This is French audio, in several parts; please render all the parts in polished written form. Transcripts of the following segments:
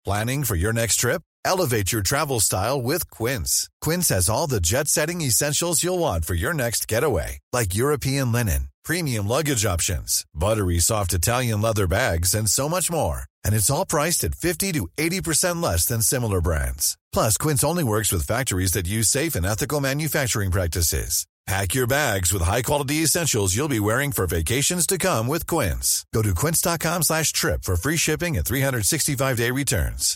Planning for your next trip? Elevate your travel style with Quince. Quince has all the jet-setting essentials you'll want for your next getaway, like European linen, premium luggage options, buttery soft Italian leather bags, and so much more. And it's all priced at 50 to 80% less than similar brands. Plus, Quince only works with factories that use safe and ethical manufacturing practices. Pack your bags with high-quality essentials you'll be wearing for vacations to come with Quince. Go to quince.com/trip for free shipping and 365-day returns.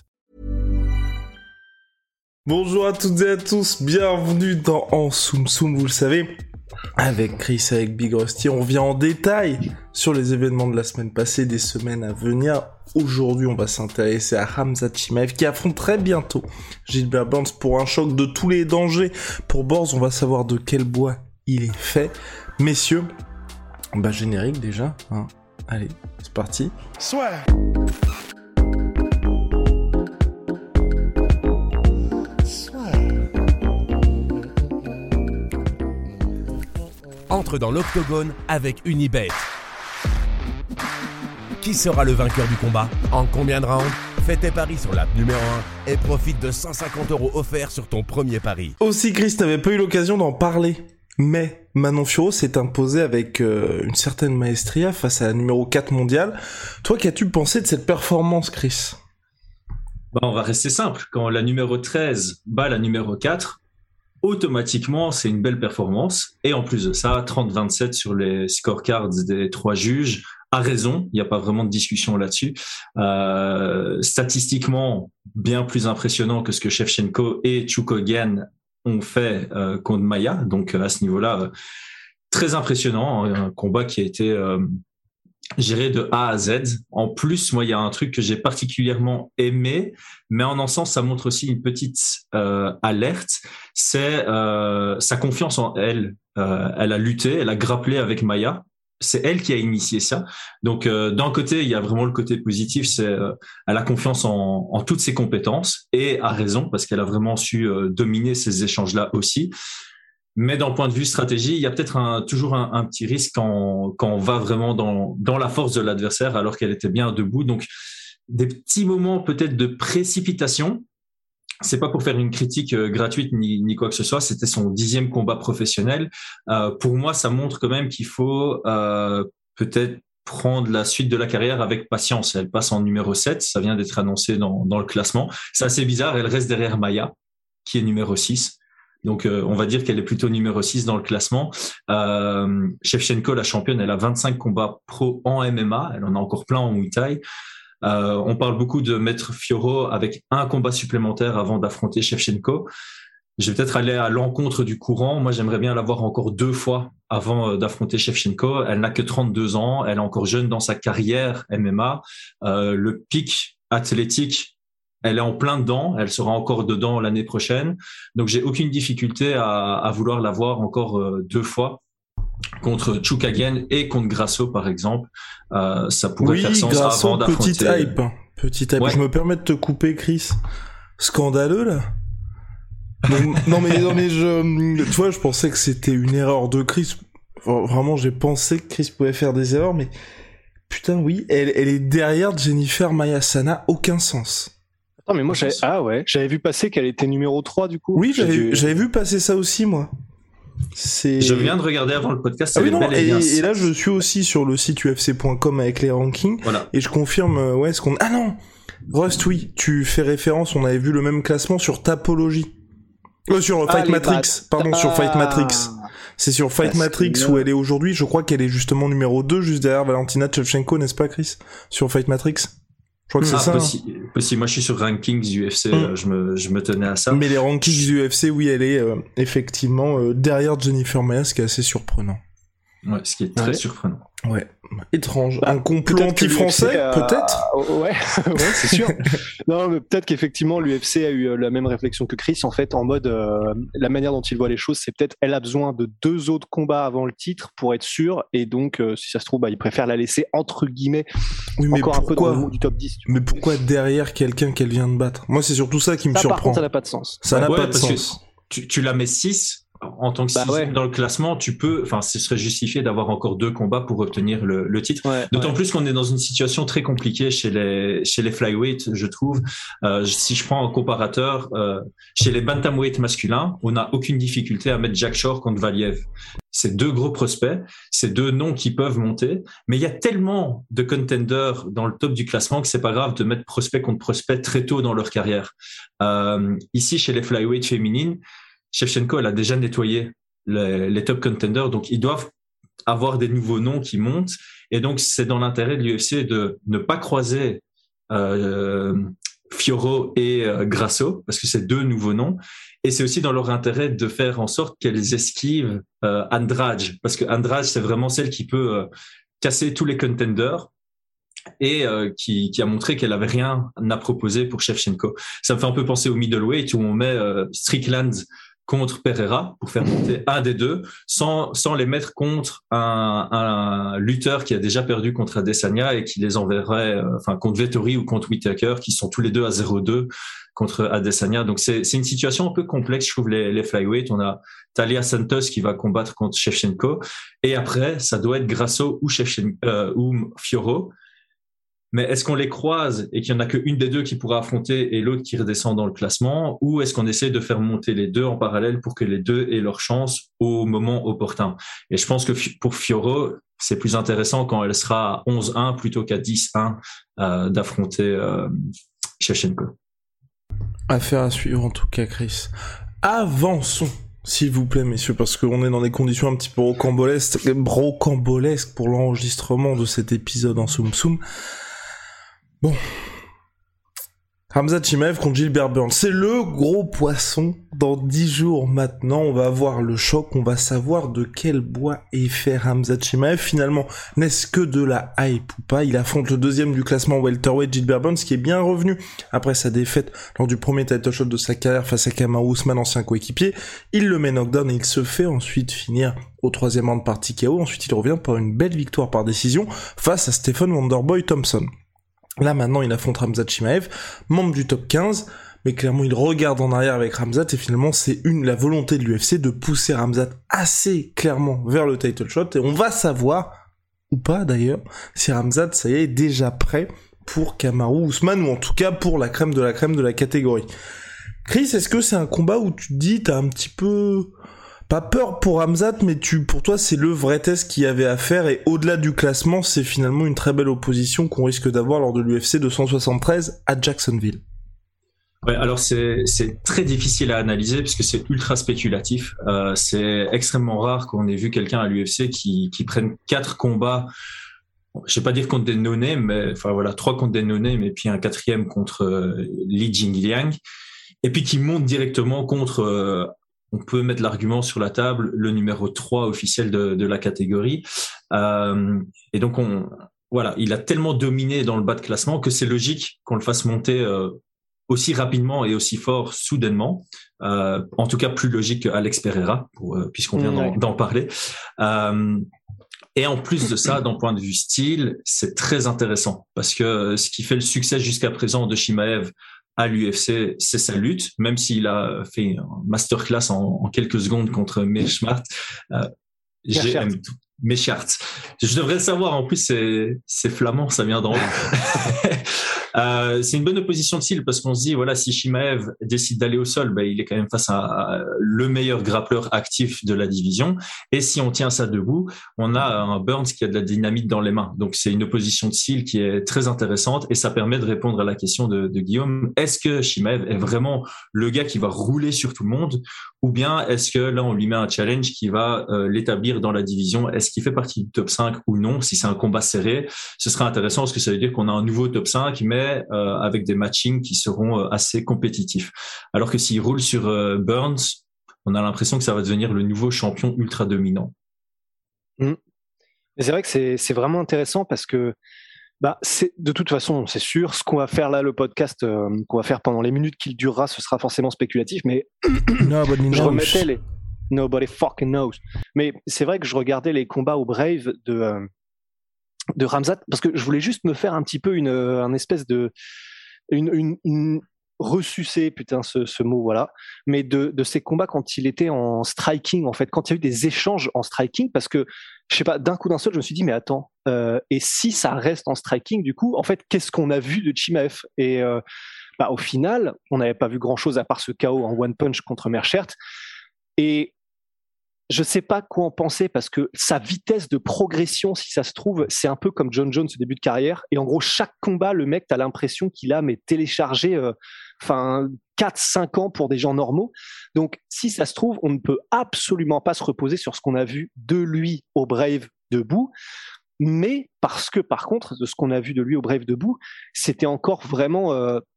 Bonjour à toutes et à tous, bienvenue dans En Soum Soum, vous le savez, avec Chris, avec Big Rusty, on revient en détail sur les événements de la semaine passée, des semaines à venir. Aujourd'hui, on va s'intéresser à Khamzat Chimaev qui affronte très bientôt Gilbert Burns pour un choc de tous les dangers. Pour Burns, on va savoir de quel bois il est fait. Messieurs, générique déjà, hein. Allez, c'est parti. Soit. Entre dans l'octogone avec Unibet. Qui sera le vainqueur du combat? En combien de rounds? Fais tes paris sur l'app numéro 1 et profite de 150 € offerts sur ton premier pari. Aussi, Chris n'avait pas eu l'occasion d'en parler, mais Manon Fiorot s'est imposée avec une certaine maestria face à la numéro 4 mondiale. Toi, qu'as-tu pensé de cette performance, Chris? On va rester simple. Quand la numéro 13 bat la numéro 4, automatiquement, c'est une belle performance. Et en plus de ça, 30-27 sur les scorecards des 3 juges. A raison, il n'y a pas vraiment de discussion là-dessus. Statistiquement, bien plus impressionnant que ce que Shevchenko et Chookagian ont fait contre Maia. Donc à ce niveau-là, très impressionnant. Un combat qui a été géré de A à Z. En plus, moi, il y a un truc que j'ai particulièrement aimé, mais en un sens, ça montre aussi une petite alerte. C'est sa confiance en elle. Elle a lutté, elle a grapplé avec Maia. C'est elle qui a initié ça. Donc, d'un côté, il y a vraiment le côté positif, c'est elle a confiance en toutes ses compétences et a raison parce qu'elle a vraiment su dominer ces échanges-là aussi. Mais d'un point de vue stratégie, il y a peut-être toujours un petit risque quand on va vraiment dans la force de l'adversaire alors qu'elle était bien debout. Donc, des petits moments peut-être de précipitation. C'est pas pour faire une critique gratuite ni quoi que ce soit. C'était son 10e combat professionnel. Pour moi, ça montre quand même qu'il faut peut-être prendre la suite de la carrière avec patience. Elle passe en numéro 7. Ça vient d'être annoncé dans le classement. C'est assez bizarre. Elle reste derrière Maia, qui est numéro 6. Donc, on va dire qu'elle est plutôt numéro 6 dans le classement. Shevchenko, la championne, elle a 25 combats pro en MMA. Elle en a encore plein en Muay Thai. On parle beaucoup de Maître Fiorot avec un combat supplémentaire avant d'affronter Shevchenko. Je vais peut-être aller à l'encontre du courant. Moi, j'aimerais bien l'avoir encore 2 fois avant d'affronter Shevchenko. Elle n'a que 32 ans. Elle est encore jeune dans sa carrière MMA. Le pic athlétique, elle est en plein dedans. Elle sera encore dedans l'année prochaine. Donc, j'ai aucune difficulté à vouloir la voir encore 2 fois. Contre Chookagian et contre Grasso, par exemple. Ça pourrait faire sens Grasso, avant d'affronter... Petite hype. Ouais. Je me permets de te couper, Chris. Scandaleux, là. Non, mais tu vois, je pensais que c'était une erreur de Chris. Vraiment, j'ai pensé que Chris pouvait faire des erreurs, mais putain, oui, elle est derrière Jennifer Maia. Ça n'a aucun sens. Attends, mais moi, j'avais vu passer qu'elle était numéro 3, du coup. Oui, j'avais vu passer ça aussi, moi. Je viens de regarder avant le podcast. Et là je suis aussi sur le site ufc.com avec les rankings. Voilà. Et je confirme Ah non, Rust, oui, tu fais référence, on avait vu le même classement sur Tapology. Sur Fight Matrix, sur Fight Matrix. C'est sur Fight Matrix où elle est aujourd'hui, je crois qu'elle est justement numéro 2 juste derrière Valentina Shevchenko, n'est-ce pas, Chris? Sur Fight Matrix. Je crois que c'est ça. Possible. Moi, je suis sur Rankings UFC. Je me tenais à ça. Mais les Rankings UFC, oui, elle est effectivement derrière Jennifer Maia, ce qui est assez surprenant. Ouais, ce qui est très surprenant. Ouais, étrange. Un complot anti-français, peut-être ouais, c'est sûr. Non, mais peut-être qu'effectivement l'UFC a eu la même réflexion que Chris, en fait, en mode la manière dont il voit les choses, c'est peut-être elle a besoin de 2 autres combats avant le titre pour être sûr, et donc si ça se trouve, il préfère la laisser entre guillemets encore un peu dans le monde du top 10. Mais pourquoi derrière quelqu'un qu'elle vient de battre? Moi, c'est surtout ça qui me surprend. Par contre, ça n'a pas de sens. Ça n'a pas de sens. Tu la mets 6. en tant que sixième dans le classement, ce serait justifié d'avoir encore 2 combats pour obtenir le titre. D'autant plus qu'on est dans une situation très compliquée chez les flyweight, je trouve. Si je prends un comparateur, chez les bantamweight masculins, on n'a aucune difficulté à mettre Jack Shore contre Valiev. C'est 2 gros prospects, c'est 2 noms qui peuvent monter, mais il y a tellement de contenders dans le top du classement que c'est pas grave de mettre prospect contre prospect très tôt dans leur carrière. Ici, chez les flyweight féminines, Shevchenko, elle a déjà nettoyé les top contenders, donc ils doivent avoir des nouveaux noms qui montent, et donc c'est dans l'intérêt de l'UFC de ne pas croiser Fiorot et Grasso, parce que c'est 2 nouveaux noms, et c'est aussi dans leur intérêt de faire en sorte qu'elles esquivent Andrade, parce que Andrade, c'est vraiment celle qui peut casser tous les contenders, et qui a montré qu'elle avait rien à proposer pour Shevchenko. Ça me fait un peu penser au middleweight où on met Strickland contre Pereira pour faire monter un des 2 sans les mettre contre un lutteur qui a déjà perdu contre Adesanya et qui les enverrait contre Vettori ou contre Whittaker qui sont tous les 2 à 0-2 contre Adesanya. Donc c'est une situation un peu complexe, je trouve, les flyweight. On a Talia Santos qui va combattre contre Shevchenko et après ça doit être Grasso ou Fiorot. Mais est-ce qu'on les croise et qu'il n'y en a qu'une des 2 qui pourra affronter et l'autre qui redescend dans le classement, ou est-ce qu'on essaie de faire monter les 2 en parallèle pour que les 2 aient leur chance au moment opportun? Et je pense que pour Fiorot, c'est plus intéressant quand elle sera à 11-1 plutôt qu'à 10-1 d'affronter Shevchenko. Affaire à suivre en tout cas, Chris. Avançons, s'il vous plaît, messieurs, parce qu'on est dans des conditions un petit peu rocambolesques pour l'enregistrement de cet épisode en Soum Soum. Bon. Khamzat Chimaev contre Gilbert Burns. C'est le gros poisson. Dans 10 jours maintenant, on va avoir le choc. On va savoir de quel bois est fait Khamzat Chimaev. Finalement, n'est-ce que de la hype ou pas? Il affronte le 2e du classement welterweight, Gilbert Burns, qui est bien revenu après sa défaite lors du premier title shot de sa carrière face à Kamaru Usman, ancien coéquipier. Il le met knockdown et il se fait ensuite finir au 3e round par TKO. Ensuite, il revient pour une belle victoire par décision face à Stephen Wonderboy Thompson. Là, maintenant, il affronte Khamzat Chimaev, membre du top 15, mais clairement, il regarde en arrière avec Khamzat, et finalement, c'est la volonté de l'UFC de pousser Khamzat assez clairement vers le title shot, et on va savoir, ou pas d'ailleurs, si Khamzat, ça y est déjà prêt pour Kamaru Usman, ou en tout cas pour la crème de la catégorie. Chris, est-ce que c'est un combat où tu te dis, t'as un petit peu... pas peur pour Khamzat, mais pour toi, c'est le vrai test qu'il y avait à faire, et au-delà du classement, c'est finalement une très belle opposition qu'on risque d'avoir lors de l'UFC 273 à Jacksonville. Ouais, alors c'est très difficile à analyser puisque c'est ultra spéculatif. C'est extrêmement rare qu'on ait vu quelqu'un à l'UFC qui prenne 4 combats. Je vais pas dire contre des no-names, mais 3 contre des no-names et puis un 4e contre Li Jingliang, et puis qui monte directement contre. On peut mettre l'argument sur la table, le numéro 3 officiel de la catégorie. Et donc, il a tellement dominé dans le bas de classement que c'est logique qu'on le fasse monter aussi rapidement et aussi fort soudainement. En tout cas, plus logique qu'Alex Pereira, puisqu'on vient d'en parler. Et en plus de ça, d'un point de vue style, c'est très intéressant parce que ce qui fait le succès jusqu'à présent de Chimaev à l'UFC, c'est sa lutte, même s'il a fait une masterclass en quelques secondes contre Meerschaert. Meerschaert. Je devrais le savoir, en plus c'est flamand, ça vient d'en haut. C'est une bonne opposition de style parce qu'on se dit, voilà, si Chimaev décide d'aller au sol, il est quand même face à le meilleur grappleur actif de la division. Et si on tient ça debout, on a un Burns qui a de la dynamite dans les mains. Donc c'est une opposition de style qui est très intéressante et ça permet de répondre à la question de Guillaume. Est-ce que Chimaev est vraiment le gars qui va rouler sur tout le monde ou bien est-ce que là on lui met un challenge qui va l'établir dans la division? Est-ce qu'il fait partie du top 5 ou non? Si c'est un combat serré, ce sera intéressant parce que ça veut dire qu'on a un nouveau top 5, mais avec des matchings qui seront assez compétitifs. Alors que s'il roule sur Burns, on a l'impression que ça va devenir le nouveau champion ultra dominant. Mais c'est vrai que c'est vraiment intéressant parce que de toute façon, c'est sûr, ce qu'on va faire là, le podcast qu'on va faire pendant les minutes qu'il durera, ce sera forcément spéculatif, mais je remettais les... Nobody fucking knows. Mais c'est vrai que je regardais les combats au Brave de Khamzat parce que je voulais juste me faire un petit peu une espèce de une ressucé, putain, ce mot, voilà, mais de ces combats quand il était en striking, en fait, quand il y a eu des échanges en striking, parce que, je sais pas, d'un coup d'un seul, je me suis dit, mais attends, et si ça reste en striking, du coup, en fait, qu'est-ce qu'on a vu de Chimaev? Et au final, on n'avait pas vu grand-chose à part ce KO en one punch contre Merchert, et je sais pas quoi en penser parce que sa vitesse de progression, si ça se trouve, c'est un peu comme John Jones au début de carrière. Et en gros, chaque combat, le mec, t'as l'impression qu'il a téléchargé 4-5 ans pour des gens normaux. Donc, si ça se trouve, on ne peut absolument pas se reposer sur ce qu'on a vu de lui au Brave debout. Mais parce que, par contre, de ce qu'on a vu de lui au Brave debout, c'était encore vraiment...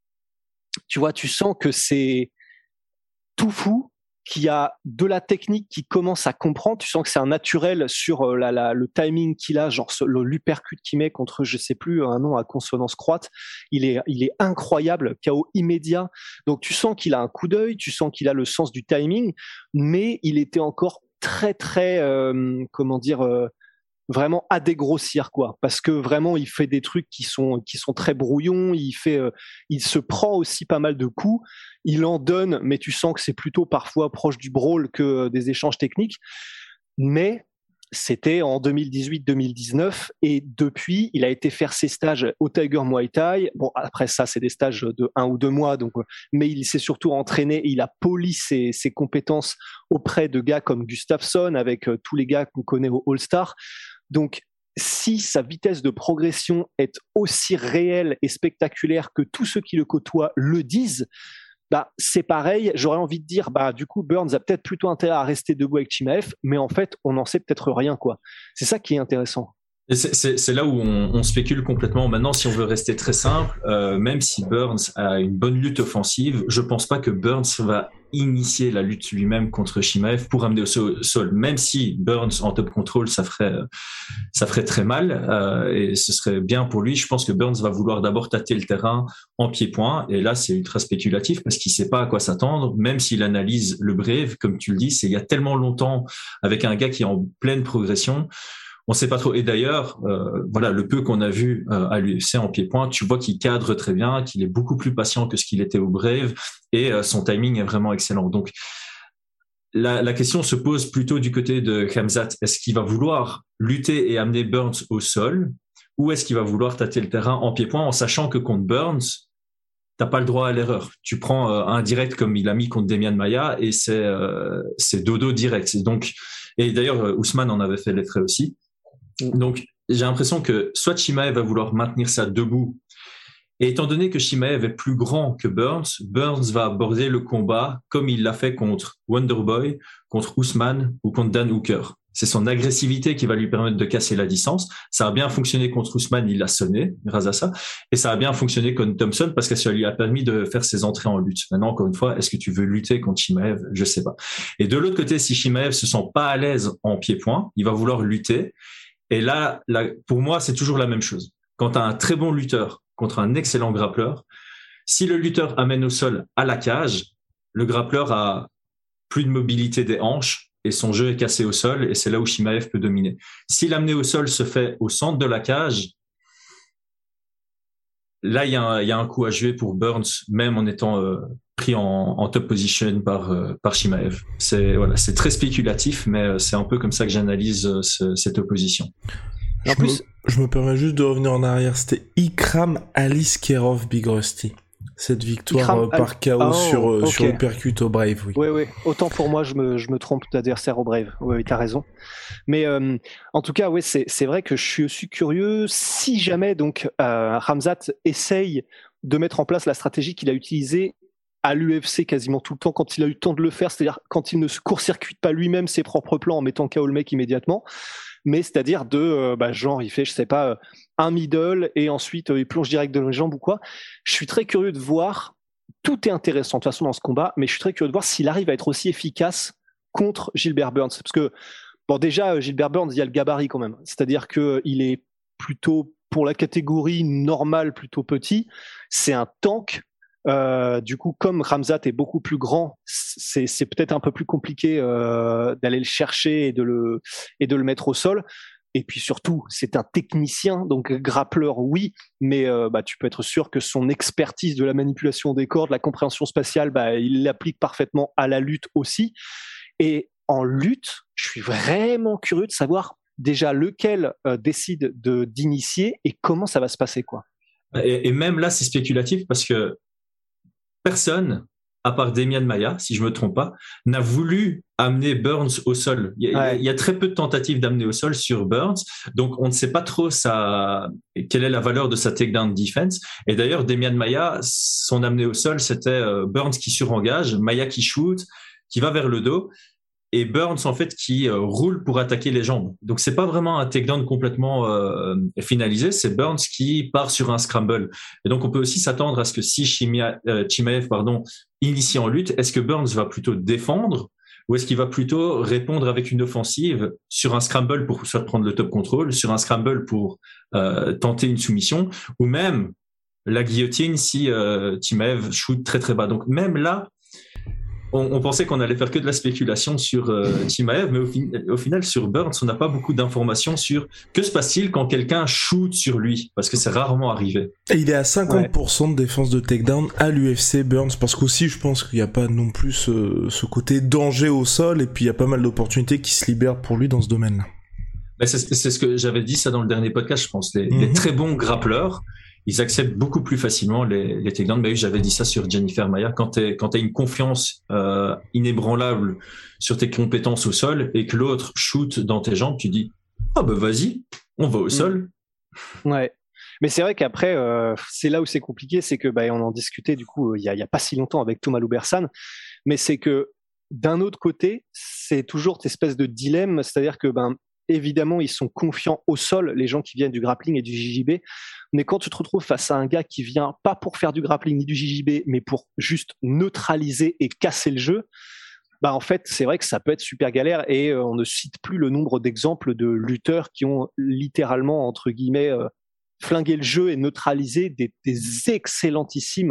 tu vois, tu sens que c'est tout fou, qu'il y a de la technique qui commence à comprendre. Tu sens que c'est un naturel sur le timing qu'il a, genre l'uppercut qu'il met contre, je sais plus, un nom à consonance croate. Il est incroyable, KO immédiat. Donc tu sens qu'il a un coup d'œil, tu sens qu'il a le sens du timing, mais il était encore très très vraiment à dégrossir, quoi, parce que vraiment il fait des trucs qui sont très brouillons, il se prend aussi pas mal de coups, il en donne, mais tu sens que c'est plutôt parfois proche du brawl que des échanges techniques. Mais c'était en 2018-2019 et depuis il a été faire ses stages au Tiger Muay Thai. Bon, après ça c'est des stages de 1 ou 2 mois, donc, mais il s'est surtout entraîné et il a poli ses compétences auprès de gars comme Gustafsson, avec tous les gars qu'on connaît au All-Star. Donc, si sa vitesse de progression est aussi réelle et spectaculaire que tous ceux qui le côtoient le disent, c'est pareil. J'aurais envie de dire, du coup, Burns a peut-être plutôt intérêt à rester debout avec Chimaev, mais en fait, on n'en sait peut-être rien, quoi. C'est ça qui est intéressant. Et c'est là où on spécule complètement. Maintenant, si on veut rester très simple, même si Burns a une bonne lutte offensive, je pense pas que Burns va initier la lutte lui-même contre Chimaev pour amener au sol. Même si Burns en top control, ça ferait très mal, et ce serait bien pour lui. Je pense que Burns va vouloir d'abord tâter le terrain en pied-point. Et là, c'est ultra spéculatif parce qu'il sait pas à quoi s'attendre. Même s'il analyse le Brave, comme tu le dis, c'est il y a tellement longtemps avec un gars qui est en pleine progression. On sait pas trop. Et d'ailleurs, le peu qu'on a vu à l'UFC en pied-point, tu vois qu'il cadre très bien, qu'il est beaucoup plus patient que ce qu'il était au Brave, et son timing est vraiment excellent. Donc, la question se pose plutôt du côté de Khamzat. Est-ce qu'il va vouloir lutter et amener Burns au sol, ou est-ce qu'il va vouloir tâter le terrain en pied-point, en sachant que contre Burns, t'as pas le droit à l'erreur. Tu prends un direct comme il a mis contre Demian Maia, et c'est dodo direct. Et d'ailleurs, Ousmane en avait fait les traits aussi. Donc, j'ai l'impression que soit Chimaev va vouloir maintenir ça debout, et étant donné que Chimaev est plus grand que Burns va aborder le combat comme il l'a fait contre Wonderboy, contre Ousmane ou contre Dan Hooker. C'est son agressivité qui va lui permettre de casser la distance. Ça a bien fonctionné contre Ousmane, il l'a sonné grâce à ça. Et ça a bien fonctionné contre Thompson parce que ça lui a permis de faire ses entrées en lutte. Maintenant, encore une fois, est-ce que tu veux lutter contre Chimaev? Je sais pas. Et de l'autre côté, si Chimaev se sent pas à l'aise en pied-point, il va vouloir lutter. Et là, pour moi, c'est toujours la même chose. Quand tu as un très bon lutteur contre un excellent grappleur, si le lutteur amène au sol à la cage, le grappleur a plus de mobilité des hanches et son jeu est cassé au sol, et c'est là où Chimaev peut dominer. Si l'amener au sol se fait au centre de la cage, là, il y a un coup à jouer pour Burns, même en étant pris en top position par Chimaev. C'est très spéculatif, mais c'est un peu comme ça que j'analyse cette opposition. Je me permets juste de revenir en arrière. C'était Ikram Aliskerov Big Rusty. Cette victoire par KO sur uppercut au Brave, oui. Oui. Autant pour moi, je me trompe d'adversaire au Brave. Oui, t'as raison. Mais en tout cas, oui, c'est vrai que je suis aussi curieux. Si jamais donc Khamzat essaye de mettre en place la stratégie qu'il a utilisée à l'UFC quasiment tout le temps quand il a eu le temps de le faire, c'est-à-dire quand il ne se court-circuite pas lui-même ses propres plans en mettant KO le mec immédiatement, mais c'est-à-dire genre il fait, je sais pas, un middle et ensuite il plonge direct dans les jambes ou quoi. Je suis très curieux de voir, tout est intéressant de toute façon dans ce combat, mais je suis très curieux de voir s'il arrive à être aussi efficace contre Gilbert Burns, parce que bon, déjà Gilbert Burns, il y a le gabarit quand même, c'est-à-dire que il est plutôt, pour la catégorie normale, plutôt petit, c'est un tank. Du coup, comme Khamzat est beaucoup plus grand, c'est peut-être un peu plus compliqué d'aller le chercher et de le mettre au sol. et puis surtout, c'est un technicien, donc grappleur, oui, mais tu peux être sûr que son expertise de la manipulation des cordes, la compréhension spatiale, il l'applique parfaitement à la lutte aussi. Et en lutte, je suis vraiment curieux de savoir déjà lequel décide d'initier et comment ça va se passer, quoi. Et même là, c'est spéculatif parce que personne, à part Demian Maia, si je me trompe pas, n'a voulu amener Burns au sol. Il y a très peu de tentatives d'amener au sol sur Burns, donc on ne sait pas trop quelle est la valeur de sa takedown defense. Et d'ailleurs, Demian Maia, son amené au sol, c'était Burns qui surengage, Maia qui shoot, qui va vers le dos, et Burns en fait qui roule pour attaquer les jambes. Donc c'est pas vraiment un takedown complètement finalisé, c'est Burns qui part sur un scramble. Et donc on peut aussi s'attendre à ce que si Chimaev initie en lutte, est-ce que Burns va plutôt défendre ou est-ce qu'il va plutôt répondre avec une offensive sur un scramble pour soit prendre le top control, sur un scramble pour tenter une soumission, ou même la guillotine si Chimaev shoot très très bas. Donc même là, on pensait qu'on allait faire que de la spéculation sur Chimaev, mais au final, sur Burns, on n'a pas beaucoup d'informations sur que se passe-t-il quand quelqu'un shoot sur lui, parce que c'est rarement arrivé. Et il est à 50% de défense de takedown à l'UFC, Burns, parce qu'aussi, je pense qu'il n'y a pas non plus ce côté danger au sol, et puis il y a pas mal d'opportunités qui se libèrent pour lui dans ce domaine-là. C'est ce que j'avais dit ça dans le dernier podcast, je pense. Les très bons grappleurs, ils acceptent beaucoup plus facilement les takedowns. Mais oui, j'avais dit ça sur Jennifer Maia. Quand t'as une confiance inébranlable sur tes compétences au sol et que l'autre shoot dans tes jambes, tu dis vas-y, on va au sol. Ouais. Mais c'est vrai qu'après, c'est là où c'est compliqué, c'est que on en discutait du coup il y a pas si longtemps avec Thomas Loubersan, mais c'est que d'un autre côté, c'est toujours cette espèce de dilemme, c'est-à-dire que évidemment, ils sont confiants au sol, les gens qui viennent du grappling et du JJB. Mais quand tu te retrouves face à un gars qui vient pas pour faire du grappling ni du JJB, mais pour juste neutraliser et casser le jeu, en fait, c'est vrai que ça peut être super galère. Et on ne cite plus le nombre d'exemples de lutteurs qui ont littéralement, entre guillemets, flingué le jeu et neutralisé des excellentissimes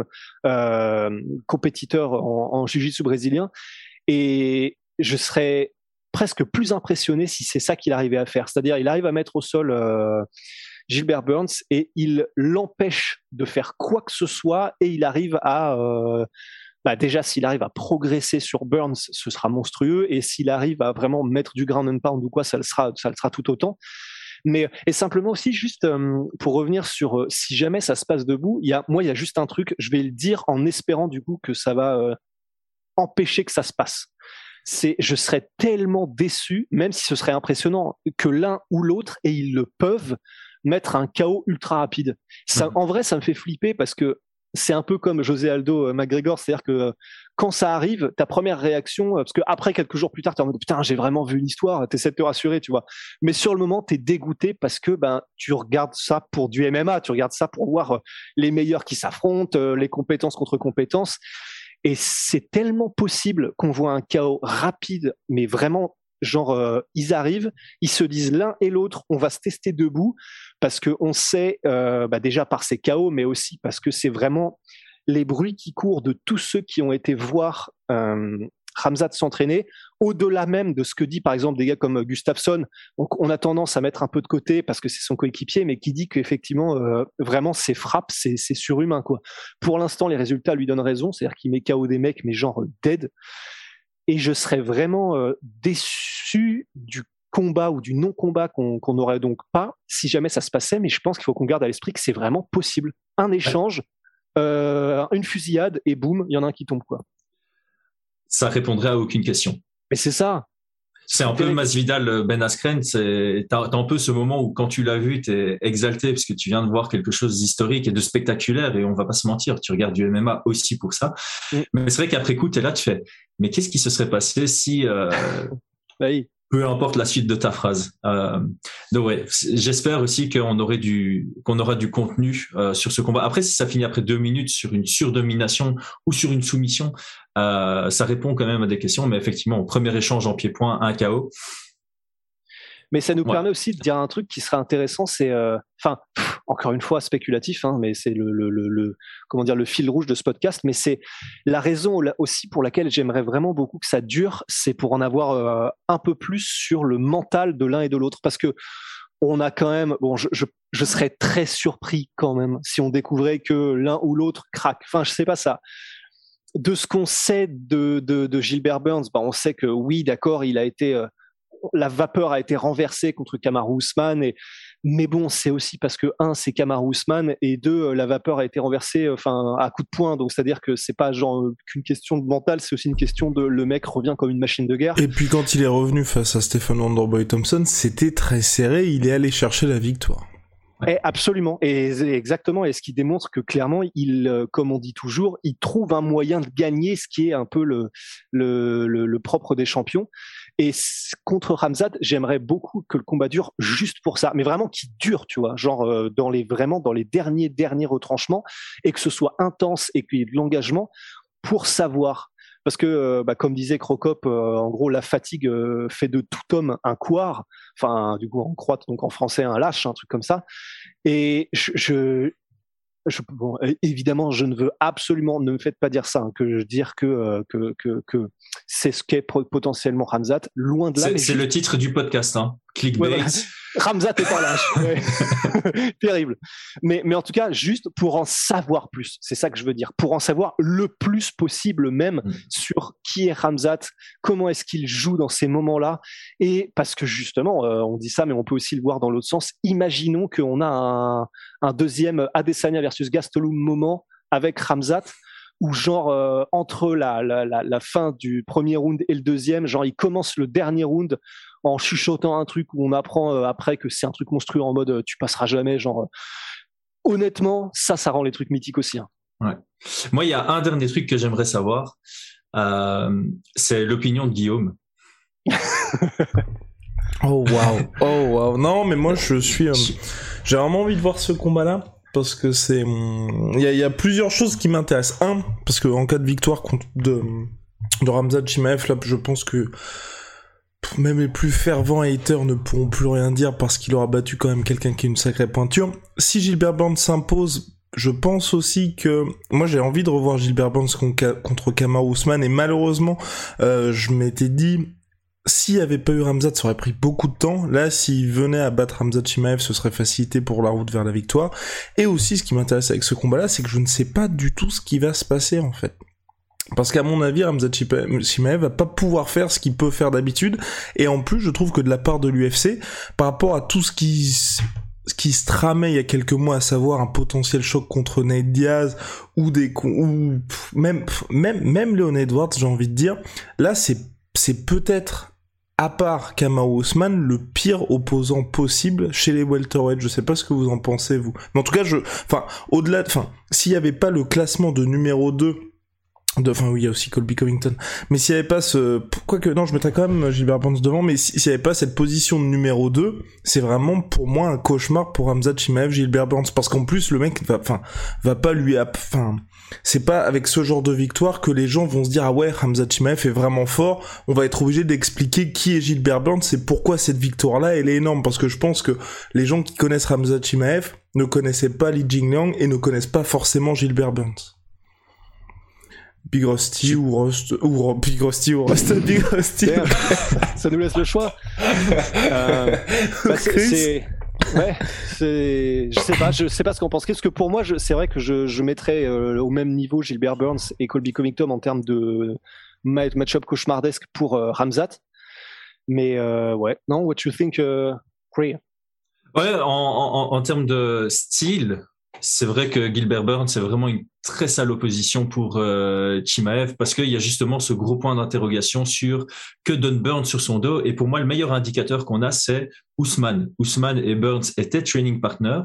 compétiteurs en jiu-jitsu brésilien. Et je serais presque plus impressionné si c'est ça qu'il arrivait à faire. C'est-à-dire, il arrive à mettre au sol Gilbert Burns et il l'empêche de faire quoi que ce soit et il arrive à... déjà, s'il arrive à progresser sur Burns, ce sera monstrueux et s'il arrive à vraiment mettre du ground and pound ou quoi, ça le sera tout autant. Mais, et simplement aussi, juste pour revenir sur si jamais ça se passe debout, il y a juste un truc, je vais le dire en espérant du coup que ça va empêcher que ça se passe. Je serais tellement déçu, même si ce serait impressionnant, que l'un ou l'autre, et ils le peuvent, mettre un KO ultra rapide. Ça, en vrai, ça me fait flipper parce que c'est un peu comme José Aldo McGregor, c'est-à-dire que quand ça arrive, ta première réaction, parce que après quelques jours plus tard, t'es en mode putain, j'ai vraiment vu l'histoire, t'essaies de te rassurer, tu vois. Mais sur le moment, t'es dégoûté parce que tu regardes ça pour du MMA, tu regardes ça pour voir les meilleurs qui s'affrontent, les compétences contre compétences. Et c'est tellement possible qu'on voit un KO rapide, mais vraiment, genre, ils arrivent, ils se disent l'un et l'autre, on va se tester debout, parce qu'on sait, déjà par ces KO, mais aussi parce que c'est vraiment les bruits qui courent de tous ceux qui ont été voir Khamzat s'entraîner, au-delà même de ce que dit par exemple des gars comme Gustafsson. Donc, on a tendance à mettre un peu de côté parce que c'est son coéquipier, mais qui dit qu'effectivement, vraiment, ses frappes, c'est surhumain, quoi. Pour l'instant, les résultats lui donnent raison, c'est-à-dire qu'il met KO des mecs, mais genre dead. Et je serais vraiment déçu du combat ou du non-combat qu'on n'aurait donc pas si jamais ça se passait, mais je pense qu'il faut qu'on garde à l'esprit que c'est vraiment possible. Un échange, une fusillade, et boum, il y en a un qui tombe, quoi. Ça répondrait à aucune question. Mais c'est ça. C'est un peu Masvidal, Ben Askren. T'as un peu ce moment où quand tu l'as vu, t'es exalté parce que tu viens de voir quelque chose d'historique et de spectaculaire. Et on va pas se mentir, tu regardes du MMA aussi pour ça. Mais c'est vrai qu'après coup, t'es là, tu fais. Mais qu'est-ce qui se serait passé si oui. Peu importe la suite de ta phrase. Donc ouais, j'espère aussi qu'on aura du contenu sur ce combat. Après, si ça finit après 2 minutes sur une surdomination ou sur une soumission, ça répond quand même à des questions. Mais effectivement, au premier échange en pied-point, un KO. Mais ça nous permet aussi de dire un truc qui serait intéressant, c'est, encore une fois spéculatif, mais c'est le fil rouge de ce podcast. Mais c'est la raison aussi pour laquelle j'aimerais vraiment beaucoup que ça dure, c'est pour en avoir un peu plus sur le mental de l'un et de l'autre, parce que on a quand même, je serais très surpris quand même si on découvrait que l'un ou l'autre craque. Enfin, je sais pas ça. De ce qu'on sait de Gilbert Burns, on sait que oui, d'accord, il a été, la vapeur a été renversée contre Kamaru Usman, mais bon, c'est aussi parce que c'est Kamaru Usman, et deux, la vapeur a été renversée, à coup de poing. Donc c'est-à-dire que c'est pas qu'une question de mental, c'est aussi une question de le mec revient comme une machine de guerre. Et puis quand il est revenu face à Stephen Wonderboy Thompson, c'était très serré. Il est allé chercher la victoire. Absolument, et exactement, et ce qui démontre que clairement, il, comme on dit toujours, il trouve un moyen de gagner, ce qui est un peu le propre des champions. Et contre Khamzat, j'aimerais beaucoup que le combat dure juste pour ça, mais vraiment qu'il dure, tu vois, genre dans les derniers retranchements, et que ce soit intense et qu'il y ait de l'engagement pour savoir. Parce que, comme disait Crocop, en gros, la fatigue fait de tout homme un couard. Enfin, du coup, en croate, donc en français, un lâche, un truc comme ça. Et évidemment, je ne veux absolument, ne me faites pas dire ça, que dire que c'est ce qu'est potentiellement Khamzat. Loin de là. C'est le titre du podcast, clickbait. Ouais, Khamzat est un lâche. Ouais. Terrible. Mais en tout cas, juste pour en savoir plus. C'est ça que je veux dire. Pour en savoir le plus possible même sur qui est Khamzat, comment est-ce qu'il joue dans ces moments-là. Et parce que justement, on dit ça, mais on peut aussi le voir dans l'autre sens. Imaginons qu'on a un deuxième Adesanya versus Gastelum moment avec Khamzat, où genre entre la fin du premier round et le deuxième, genre il commence le dernier round en chuchotant un truc où on apprend après que c'est un truc monstrueux en mode tu passeras jamais, genre honnêtement ça rend les trucs mythiques aussi. Ouais. Moi il y a un dernier truc que j'aimerais savoir, c'est l'opinion de Guillaume. Oh wow. Non mais moi je suis j'ai vraiment envie de voir ce combat là. Parce que il y a plusieurs choses qui m'intéressent. Parce que en cas de victoire de Khamzat Chimaev, là, je pense que même les plus fervents haters ne pourront plus rien dire parce qu'il aura battu quand même quelqu'un qui a une sacrée pointure. Si Gilbert Burns s'impose, je pense aussi que moi j'ai envie de revoir Gilbert Burns contre Kamaru Usman, et malheureusement je m'étais dit, s'il n'y avait pas eu Khamzat, ça aurait pris beaucoup de temps. Là, s'il venait à battre Khamzat Chimaev, ce serait facilité pour la route vers la victoire. Et aussi, ce qui m'intéresse avec ce combat-là, c'est que je ne sais pas du tout ce qui va se passer, en fait. Parce qu'à mon avis, Khamzat Chimaev va pas pouvoir faire ce qu'il peut faire d'habitude. Et en plus, je trouve que de la part de l'UFC, par rapport à tout ce qui se tramait il y a quelques mois, à savoir un potentiel choc contre Nate Diaz, ou même Leon Edwards, j'ai envie de dire, là, c'est peut-être, à part Kamaru Usman, le pire opposant possible chez les welterweight. Je sais pas ce que vous en pensez, vous. Mais en tout cas, s'il y avait pas le classement de numéro 2, oui, il y a aussi Colby Covington. Mais s'il y avait pas je mettrais quand même Gilbert Burns devant, mais s'il y avait pas cette position de numéro 2, c'est vraiment, pour moi, un cauchemar pour Khamzat Chimaev, Gilbert Burns. Parce qu'en plus, le mec va pas c'est pas avec ce genre de victoire que les gens vont se dire, ah ouais, Khamzat Chimaev est vraiment fort. On va être obligé d'expliquer qui est Gilbert Burns et pourquoi cette victoire-là, elle est énorme. Parce que je pense que les gens qui connaissent Khamzat Chimaev ne connaissaient pas Li Jingliang et ne connaissent pas forcément Gilbert Burns. Big Rusty ou Rust, ou Big Rusty ou Rust, Big Rusty. Ça nous laisse le choix. Je sais pas ce qu'on pense. Parce que pour moi, c'est vrai que je mettrais au même niveau Gilbert Burns et Colby Covington en termes de match-up cauchemardesque pour Khamzat. Mais non, what you think, Ray? Ouais, en termes de style, c'est vrai que Gilbert Burns, c'est vraiment une très sale opposition pour Chimaev, parce qu'il y a justement ce gros point d'interrogation sur que donne Burns sur son dos. Et pour moi, le meilleur indicateur qu'on a, c'est Usman. Usman et Burns étaient training partners.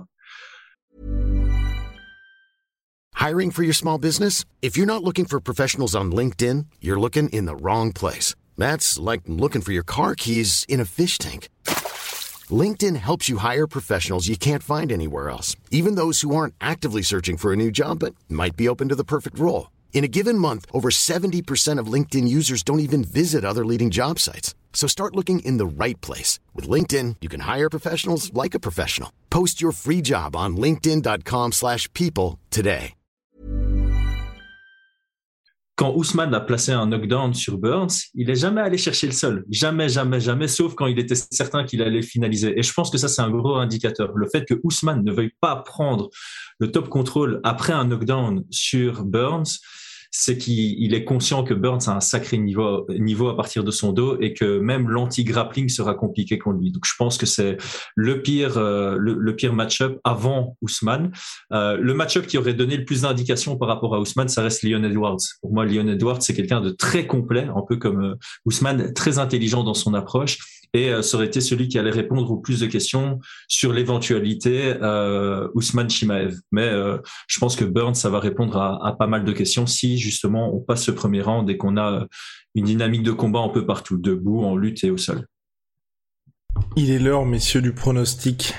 Hiring for your small business? If you're not looking for professionals on LinkedIn, you're looking in the wrong place. That's like looking for your car keys in a fish tank. LinkedIn helps you hire professionals you can't find anywhere else, even those who aren't actively searching for a new job but might be open to the perfect role. In a given month, over 70% of LinkedIn users don't even visit other leading job sites. So start looking in the right place. With LinkedIn, you can hire professionals like a professional. Post your free job on linkedin.com/people today. quand Ousmane a placé un knockdown sur Burns, il est jamais allé chercher le sol. Jamais, sauf quand il était certain qu'il allait finaliser. Et je pense que ça, c'est un gros indicateur. Le fait que Ousmane ne veuille pas prendre le top control après un knockdown sur Burns, c'est qu'il est conscient que Burns a un sacré niveau à partir de son dos et que même l'anti-grappling sera compliqué contre lui. Donc je pense que c'est le pire match-up avant Ousmane. Le match-up qui aurait donné le plus d'indications par rapport à Ousmane, ça reste Leon Edwards. Pour moi, Leon Edwards, c'est quelqu'un de très complet, un peu comme Ousmane, très intelligent dans son approche. Et ça aurait été celui qui allait répondre aux plus de questions sur l'éventualité Ousmane Chimaev. Mais je pense que Burns, ça va répondre à pas mal de questions si justement on passe ce premier round et qu'on a une dynamique de combat un peu partout, debout, en lutte et au sol. Il est l'heure, messieurs, du pronostic.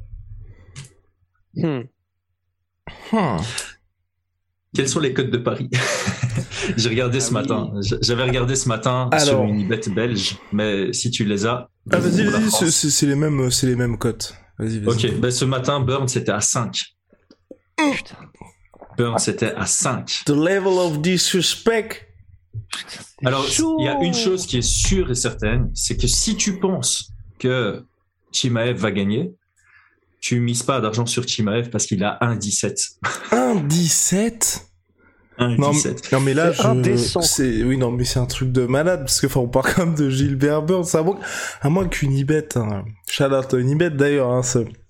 Quels sont les codes de Paris? J'ai regardé ce matin. J'avais regardé ce matin sur une bet belge, mais si tu les as... Ah, vas-y, c'est les mêmes cotes. Vas-y. Ok, ben ce matin, Burns était à 5. Putain. Burns était à 5. The level of disrespect. Alors, il y a une chose qui est sûre et certaine, c'est que si tu penses que Chimaev va gagner, tu mises pas d'argent sur Chimaev parce qu'il a 1,17. 1,17 1,17. Non mais là, c'est c'est un truc de malade parce que on parle quand même de Gilbert Burns, à moins qu'Unibet, shout out à Unibet d'ailleurs,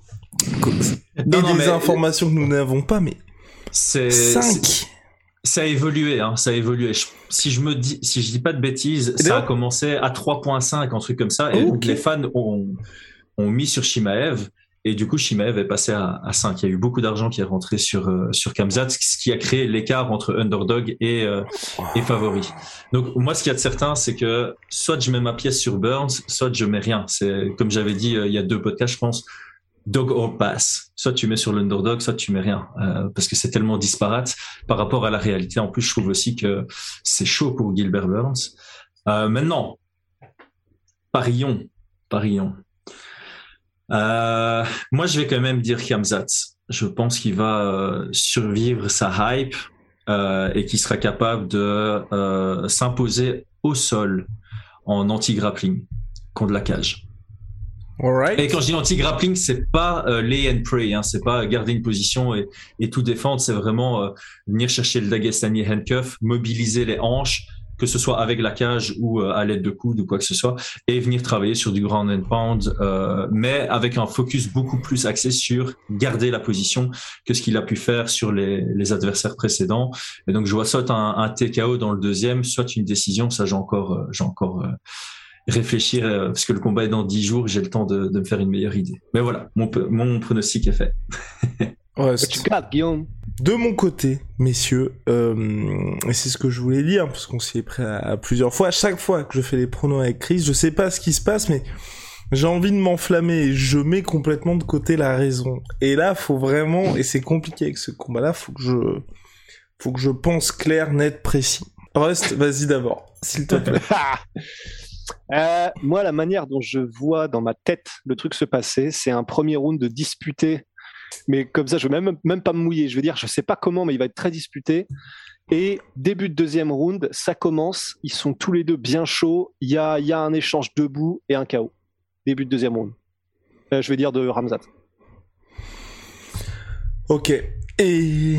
des informations que nous n'avons pas, mais 5. Ça a évolué, ça a évolué. Si je dis pas de bêtises, ça a commencé à 3.5, un truc comme ça, et donc les fans ont mis sur Chimaev. Et du coup, Chimaev est passé à 5. Il y a eu beaucoup d'argent qui est rentré sur Khamzat, ce qui a créé l'écart entre underdog et favori. Donc, moi, ce qu'il y a de certain, c'est que soit je mets ma pièce sur Burns, soit je mets rien. C'est, comme j'avais dit il y a 2 podcasts, je pense, dog or pass. Soit tu mets sur l'underdog, soit tu mets rien. Parce que c'est tellement disparate par rapport à la réalité. En plus, je trouve aussi que c'est chaud pour Gilbert Burns. Maintenant, parions. Moi, je vais quand même dire Khamzat. Je pense qu'il va survivre sa hype et qu'il sera capable de s'imposer au sol en anti-grappling contre la cage. Alright. Et quand je dis anti-grappling, c'est pas lay and pray, c'est pas garder une position et tout défendre, c'est vraiment venir chercher le Dagestani handcuff, mobiliser les hanches, que ce soit avec la cage ou à l'aide de coudes ou quoi que ce soit, et venir travailler sur du ground and pound, mais avec un focus beaucoup plus axé sur garder la position que ce qu'il a pu faire sur les adversaires précédents. Et donc je vois soit un TKO dans le deuxième, soit une décision. Ça, j'ai encore réfléchir, parce que le combat est dans 10 jours, j'ai le temps de me faire une meilleure idée. Mais voilà, mon pronostic est fait. Ouais, tu gardes, Guillaume. De mon côté, messieurs, et c'est ce que je voulais dire, parce qu'on s'y est prêt à plusieurs fois. À chaque fois que je fais les pronos avec Chris, je sais pas ce qui se passe, mais j'ai envie de m'enflammer et je mets complètement de côté la raison. Et là, faut vraiment, et c'est compliqué avec ce combat-là, faut que je pense clair, net, précis. Rust, vas-y d'abord, s'il te plaît. Moi, la manière dont je vois dans ma tête le truc se passer, c'est un premier round de disputé. Mais comme ça, je veux même pas me mouiller. Je veux dire, je sais pas comment, mais il va être très disputé. Et début de deuxième round, ça commence. Ils sont tous les deux bien chauds. Il y a un échange debout et un KO. Début de deuxième round. Je vais dire de Khamzat. Ok. Et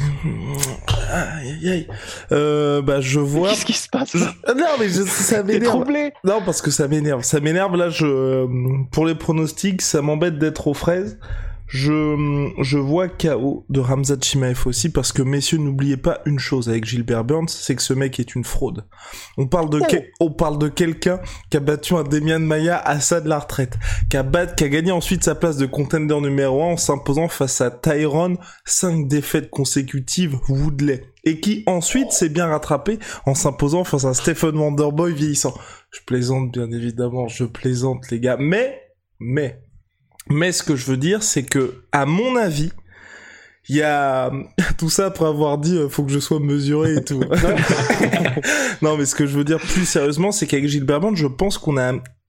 je vois. Qu'est-ce qui se passe? Non, mais ça m'énerve. T'es troublé? Non, parce que ça m'énerve. Ça m'énerve. Là, pour les pronostics, ça m'embête d'être aux fraises. Je vois KO de Khamzat Chimaev aussi, parce que messieurs, n'oubliez pas une chose avec Gilbert Burns, c'est que ce mec est une fraude. On parle de quelqu'un qui a battu un Demian Maia à ça de la retraite, qui a gagné ensuite sa place de contender numéro 1 en s'imposant face à Tyron, 5 défaites consécutives Woodley, et qui ensuite s'est bien rattrapé en s'imposant face à Stephen Wonderboy vieillissant. Je plaisante, bien évidemment, les gars, mais ce que je veux dire, c'est que, à mon avis, il y a tout ça après avoir dit faut que je sois mesuré et tout. Non, mais ce que je veux dire plus sérieusement, c'est qu'avec Gilbert Burns, je pense qu'on a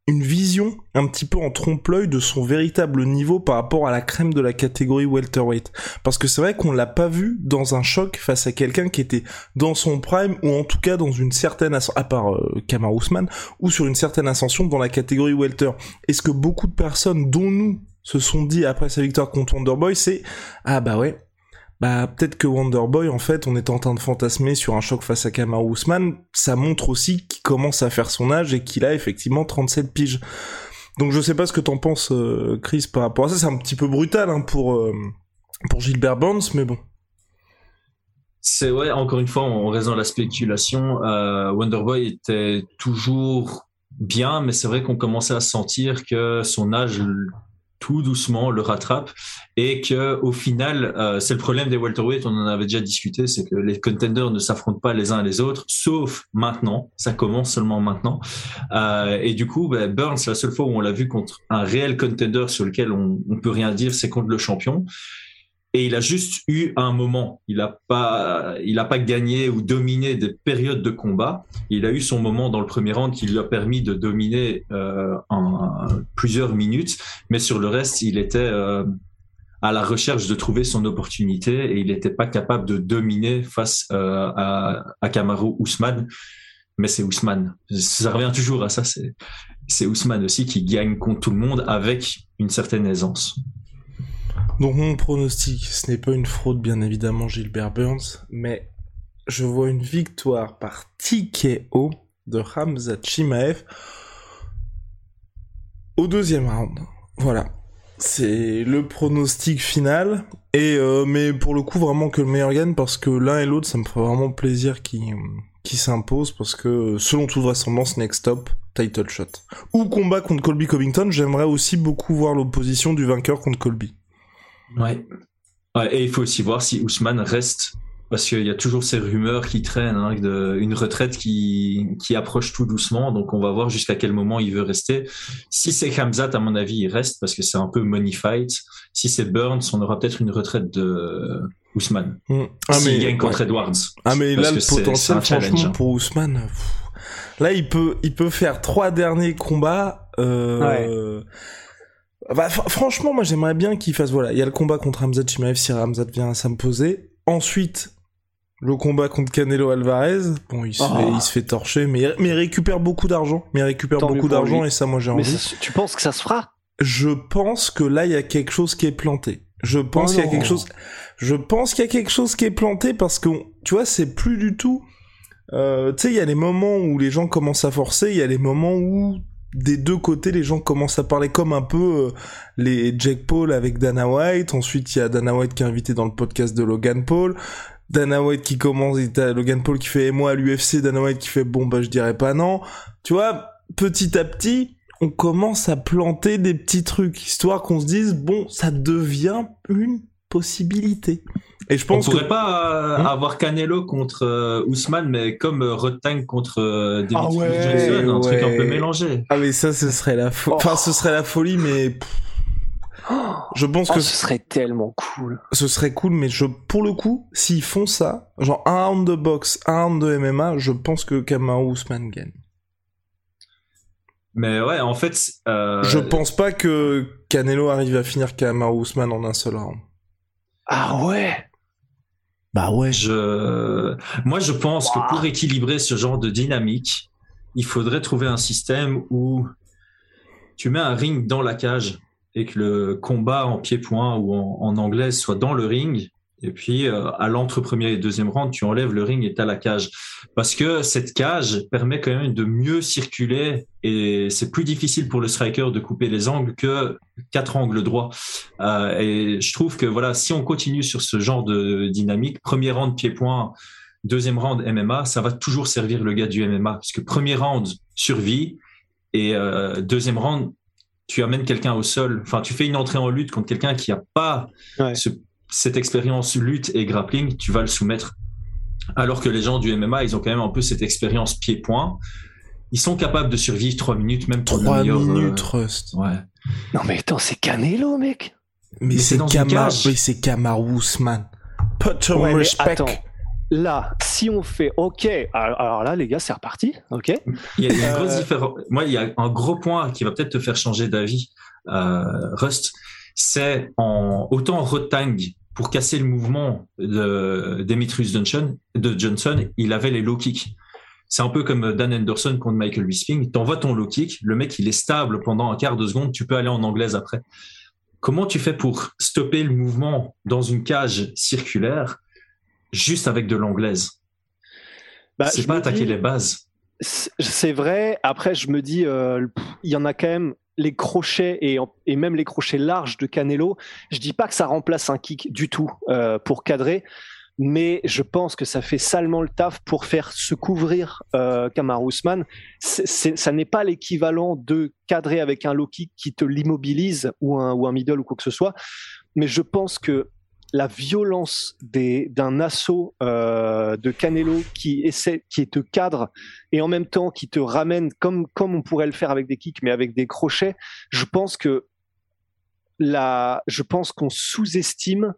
une vision un petit peu en trompe-l'œil de son véritable niveau par rapport à la crème de la catégorie welterweight. Parce que c'est vrai qu'on l'a pas vu dans un choc face à quelqu'un qui était dans son prime, ou en tout cas dans une certaine à part Kamaru Usman, ou sur une certaine ascension dans la catégorie welter. Et ce que beaucoup de personnes, dont nous, se sont dit après sa victoire contre Wonderboy, c'est « Ah bah ouais, bah peut-être que Wonderboy, en fait, on est en train de fantasmer sur un choc face à Kamaru Usman, ça montre aussi qu'il commence à faire son âge et qu'il a effectivement 37 piges. » Donc je sais pas ce que t'en penses, Chris, par rapport à ça. C'est un petit peu brutal hein, pour Gilbert Burns, mais bon. C'est ouais, encore une fois, on reste dans la spéculation. Wonderboy était toujours bien, mais c'est vrai qu'on commençait à sentir que son âge tout doucement le rattrape et que au final c'est le problème des welterweight, on en avait déjà discuté, c'est que les contenders ne s'affrontent pas les uns les autres sauf maintenant, ça commence seulement maintenant et du coup Burns, la seule fois où on l'a vu contre un réel contender sur lequel on peut rien dire, c'est contre le champion. Et il a juste eu un moment. Il a pas gagné ou dominé des périodes de combat. Il a eu son moment dans le premier round qui lui a permis de dominer plusieurs minutes. Mais sur le reste, il était à la recherche de trouver son opportunité et il n'était pas capable de dominer face à Kamaru Usman. Mais c'est Usman. Ça revient toujours à ça. C'est Usman aussi qui gagne contre tout le monde avec une certaine aisance. Donc mon pronostic, ce n'est pas une fraude bien évidemment Gilbert Burns, mais je vois une victoire par TKO de Khamzat Chimaev au deuxième round. Voilà, c'est le pronostic final, et mais pour le coup vraiment que le meilleur gagne, parce que l'un et l'autre ça me ferait vraiment plaisir qui s'impose, parce que selon toute vraisemblance next stop, title shot. Ou combat contre Colby Covington, j'aimerais aussi beaucoup voir l'opposition du vainqueur contre Colby. Ouais, et il faut aussi voir si Usman reste, parce qu'il y a toujours ces rumeurs qui traînent hein, d'une retraite qui approche tout doucement, donc on va voir jusqu'à quel moment il veut rester. Si c'est Khamzat, à mon avis, il reste parce que c'est un peu money fight. Si c'est Burns, on aura peut-être une retraite de Usman. S'il gagne contre Edwards. Ah mais là le potentiel franchement pour Usman, là il peut faire 3 derniers combats. Bah, franchement, moi j'aimerais bien qu'il fasse, voilà, il y a le combat contre Khamzat Chimaev si Khamzat vient à s'imposer. Ensuite, le combat contre Canelo Alvarez. Bon, il se fait torcher, mais il récupère beaucoup d'argent. Et ça, moi j'ai envie. Mais tu penses que ça se fera ? Je pense que là, il y a quelque chose qui est planté. Je pense qu'il y a quelque chose qui est planté parce que, tu vois, c'est plus du tout... tu sais, il y a les moments où les gens commencent à forcer, il y a les moments où... des deux côtés, les gens commencent à parler comme un peu les Jake Paul avec Dana White. Ensuite, il y a Dana White qui est invité dans le podcast de Logan Paul. Dana White qui commence, Logan Paul qui fait « et moi à l'UFC », Dana White qui fait « bon bah je dirais pas non ». Tu vois, petit à petit, on commence à planter des petits trucs, histoire qu'on se dise « bon, ça devient une possibilité ». Et je pense on pourrait pas avoir Canelo contre Usman, mais comme Rodtang contre David Johnson, un truc un peu mélangé. Ah mais ça, ce serait la ce serait la folie, mais je pense que ce serait tellement cool. Ce serait cool, mais pour le coup, s'ils font ça, genre un round de boxe, un round de MMA, je pense que Kamaru Usman gagne. Mais ouais, en fait, je pense pas que Canelo arrive à finir Kamaru Usman en un seul round. Ah ouais. Bah ouais. Moi, je pense que pour équilibrer ce genre de dynamique, il faudrait trouver un système où tu mets un ring dans la cage et que le combat en pied-point ou en anglais soit dans le ring. Et puis, à l'entre-premier et deuxième round, tu enlèves le ring et t'as la cage. Parce que cette cage permet quand même de mieux circuler et c'est plus difficile pour le striker de couper les angles que 4 angles droits. Et je trouve que voilà, si on continue sur ce genre de dynamique, premier round pied-point, deuxième round MMA, ça va toujours servir le gars du MMA. Parce que premier round, survie et deuxième round, tu amènes quelqu'un au sol. Enfin, tu fais une entrée en lutte contre quelqu'un qui n'a pas cette expérience lutte et grappling, tu vas le soumettre. Alors que les gens du MMA, ils ont quand même un peu cette expérience pied-point. Ils sont capables de survivre 3 minutes, même 3 minutes, Rust. Ouais. Non mais attends, c'est Canelo, mec. Mais c'est Kamaru Usman. Put some respect. là, si on fait OK, alors là, les gars, c'est reparti. OK. Il y a une grosse différence. Moi, il y a un gros point qui va peut-être te faire changer d'avis, Rust. C'est autant Rotang, pour casser le mouvement de Demetrius Johnson, il avait les low kicks. C'est un peu comme Dan Henderson contre Michael Bisping. T'envoies ton low kick, le mec, il est stable pendant un quart de seconde, tu peux aller en anglaise après. Comment tu fais pour stopper le mouvement dans une cage circulaire juste avec de l'anglaise? C'est pas attaquer les bases. C'est vrai. Après, je me dis, il y en a quand même les crochets et même les crochets larges de Canelo. Je dis pas que ça remplace un kick du tout pour cadrer, mais je pense que ça fait salement le taf pour faire se couvrir Kamaru Usman. Ça n'est pas l'équivalent de cadrer avec un low kick qui te l'immobilise ou un middle ou quoi que ce soit, mais je pense que la violence d'un assaut de Canelo qui te cadre et en même temps qui te ramène comme on pourrait le faire avec des kicks mais avec des crochets, je pense qu'on sous-estime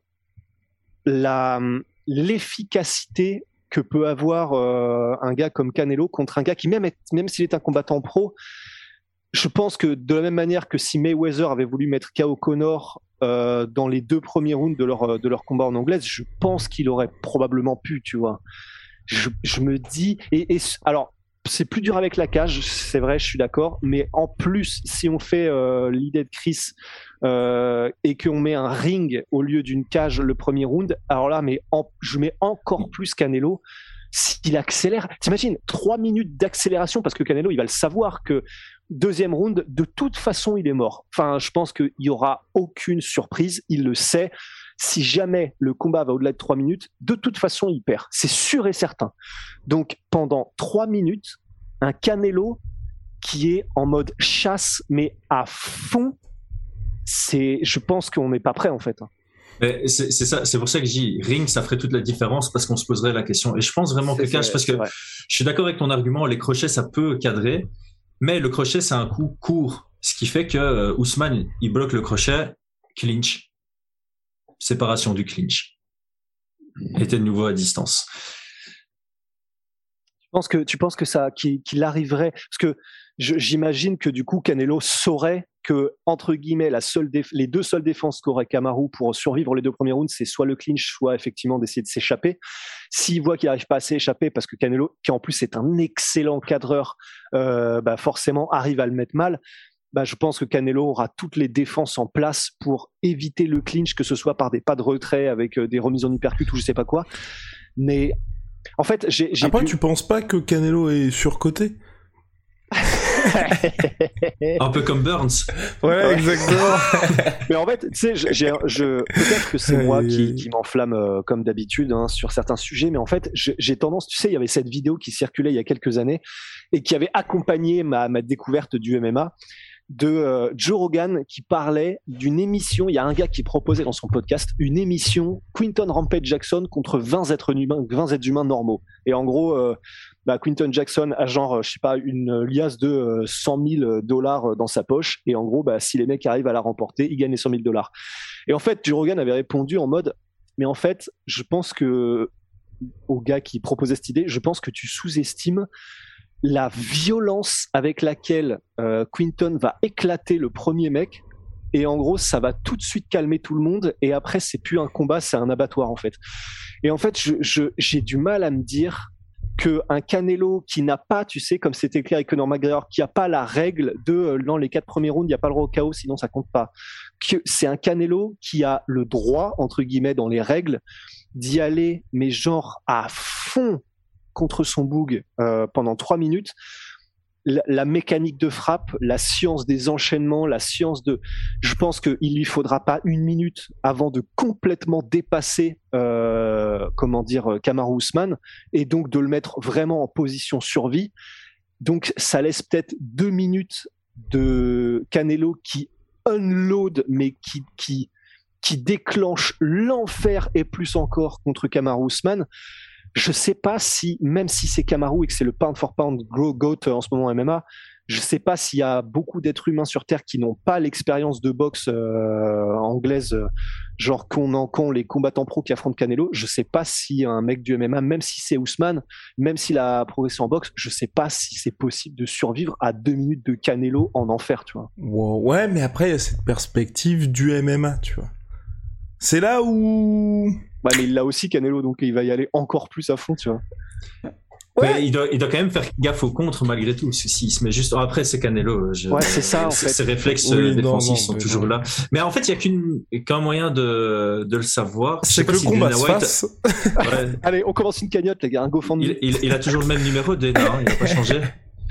l'efficacité que peut avoir un gars comme Canelo contre un gars qui même s'il est un combattant pro, je pense que de la même manière que si Mayweather avait voulu mettre KO Conor dans les 2 premiers rounds de leur combat en anglaise, je pense qu'il aurait probablement pu, tu vois. Je me dis alors c'est plus dur avec la cage, c'est vrai, je suis d'accord, mais en plus si on fait l'idée de Chris et qu'on met un ring au lieu d'une cage le premier round, alors là je mets encore plus Canelo. S'il accélère, t'imagines 3 minutes d'accélération, parce que Canelo il va le savoir que deuxième round, de toute façon il est mort. Enfin, je pense qu'il y aura aucune surprise, il le sait. Si jamais le combat va au-delà de 3 minutes, de toute façon il perd, c'est sûr et certain. Donc pendant 3 minutes, un Canelo qui est en mode chasse mais à fond, je pense qu'on n'est pas prêt en fait. Mais c'est ça, c'est pour ça que je dis ring, ça ferait toute la différence parce qu'on se poserait la question. Et je pense vraiment que cage, parce que je suis d'accord avec ton argument, les crochets ça peut cadrer, mais le crochet c'est un coup court, ce qui fait que Ousmane il bloque le crochet, clinch, séparation du clinch, était de nouveau à distance. Tu penses que ça qu'il arriverait, parce que j'imagine que du coup Canelo saurait que entre guillemets les 2 seules défenses qu'aurait Kamaru pour survivre les 2 premiers rounds, c'est soit le clinch, soit effectivement d'essayer de s'échapper. S'il voit qu'il n'arrive pas à s'échapper, parce que Canelo, qui en plus est un excellent cadreur, forcément arrive à le mettre mal. Je pense que Canelo aura toutes les défenses en place pour éviter le clinch, que ce soit par des pas de retrait avec des remises en uppercut ou je sais pas quoi. Mais en fait, tu penses pas que Canelo est surcoté? Un peu comme Burns. Ouais, exactement. Mais en fait, tu sais, peut-être que c'est moi qui m'enflamme comme d'habitude sur certains sujets, mais en fait, j'ai tendance, tu sais, il y avait cette vidéo qui circulait il y a quelques années et qui avait accompagné ma découverte du MMA de Joe Rogan qui parlait d'une émission. Il y a un gars qui proposait dans son podcast une émission Quinton Rampage Jackson contre 20 êtres humains normaux. Et en gros, Quinton Jackson a genre, je sais pas, une liasse de $100,000 dans sa poche. Et en gros, si les mecs arrivent à la remporter, ils gagnent les $100,000. Et en fait, Joe Rogan avait répondu en mode, mais en fait, je pense que, au gars qui proposait cette idée, je pense que tu sous-estimes la violence avec laquelle Quinton va éclater le premier mec, et en gros ça va tout de suite calmer tout le monde, et après c'est plus un combat, c'est un abattoir en fait. Et en fait j'ai du mal à me dire qu'un Canelo qui n'a pas, tu sais, comme c'était clair avec Conor McGregor, qui a pas la règle de dans les 4 premiers rounds il n'y a pas le droit au KO sinon ça compte pas, que c'est un Canelo qui a le droit entre guillemets dans les règles d'y aller mais genre à fond contre son boug pendant 3 minutes. La mécanique de frappe, la science des enchaînements, je pense qu'il lui faudra pas 1 minute avant de complètement dépasser Kamaru Usman, et donc de le mettre vraiment en position survie. Donc ça laisse peut-être 2 minutes de Canelo qui unload, mais qui déclenche l'enfer et plus encore contre Kamaru Usman. Je sais pas si, même si c'est Kamaru et que c'est le pound for pound GOAT en ce moment MMA, Je sais pas s'il y a beaucoup d'êtres humains sur Terre qui n'ont pas l'expérience de boxe anglaise, genre quand les combattants pros qui affrontent Canelo. Je sais pas si un mec du MMA, même si c'est Ousmane, même s'il a progressé en boxe, je sais pas si c'est possible de survivre à 2 minutes de Canelo en enfer, tu vois. Wow. Ouais, mais après, il y a cette perspective du MMA, tu vois. C'est là où... Ouais, mais il l'a aussi Canelo, donc il va y aller encore plus à fond, tu vois. Ouais. Mais il doit quand même faire gaffe au contre malgré tout. S'il se met juste. Après, c'est Canelo. Ouais, c'est ça, en fait. Ses réflexes défensifs sont toujours là. Mais en fait, il n'y a qu'un moyen de le savoir. C'est que le combat se fasse. Ouais. Allez, on commence une cagnotte, les gars, un GoFundMe. Il a toujours le même numéro, Dana, il n'a pas changé.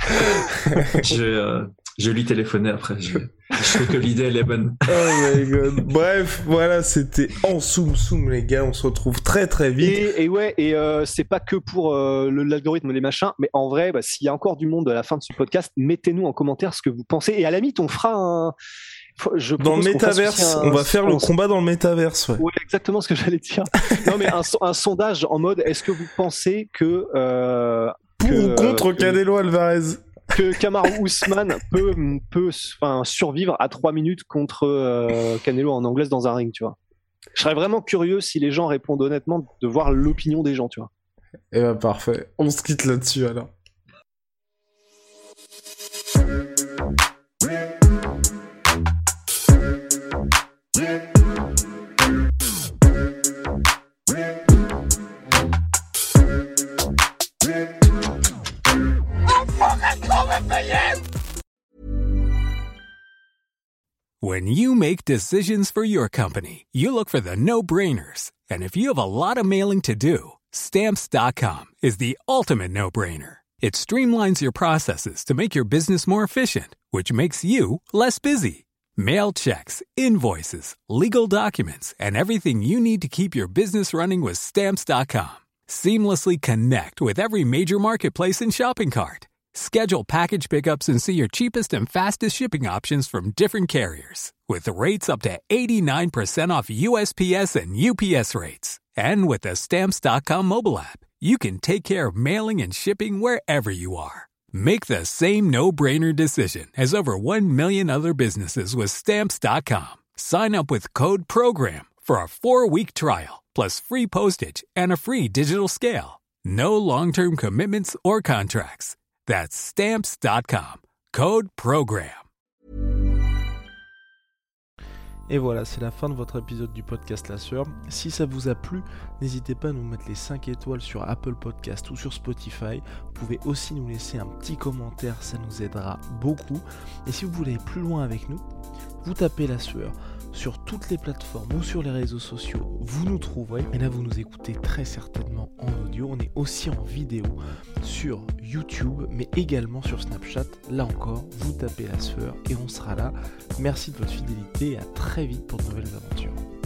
Je vais lui téléphoner après. Je trouve que l'idée, elle est bonne. Oh my god. Bref, voilà, c'était en soum, les gars. On se retrouve très très vite. Et c'est pas que pour l'algorithme, les machins, mais en vrai, s'il y a encore du monde à la fin de ce podcast, mettez-nous en commentaire ce que vous pensez. Et à la limite, on fera un... dans le métaverse, on va faire le combat dans le métaverse. Ouais, exactement ce que j'allais dire. Non, mais un sondage en mode, est-ce que vous pensez que... pour ou contre Canelo Alvarez, que Kamaru Ousmane peut survivre à 3 minutes contre Canelo en anglaise dans un ring, tu vois. Je serais vraiment curieux, si les gens répondent honnêtement, de voir l'opinion des gens, tu vois. Eh ben parfait, on se quitte là-dessus alors. When you make decisions for your company, you look for the no-brainers. And if you have a lot of mailing to do, Stamps.com is the ultimate no-brainer. It streamlines your processes to make your business more efficient, which makes you less busy. Mail checks, invoices, legal documents, and everything you need to keep your business running with Stamps.com. Seamlessly connect with every major marketplace and shopping cart. Schedule package pickups and see your cheapest and fastest shipping options from different carriers. With rates up to 89% off USPS and UPS rates. And with the Stamps.com mobile app, you can take care of mailing and shipping wherever you are. Make the same no-brainer decision as over 1 million other businesses with Stamps.com. Sign up with code PROGRAM for a 4-week trial, plus free postage and a free digital scale. No long-term commitments or contracts. That's Stamps.com. Code PROGRAM. Et voilà, c'est la fin de votre épisode du podcast La Sueur. Si ça vous a plu, n'hésitez pas à nous mettre les 5 étoiles sur Apple Podcast ou sur Spotify. Vous pouvez aussi nous laisser un petit commentaire, ça nous aidera beaucoup. Et si vous voulez aller plus loin avec nous, vous tapez La Sueur sur toutes les plateformes ou sur les réseaux sociaux, vous nous trouverez. Et là, vous nous écoutez très certainement en audio. On est aussi en vidéo sur YouTube, mais également sur Snapchat. Là encore, vous tapez La Sueur et on sera là. Merci de votre fidélité et à très vite pour de nouvelles aventures.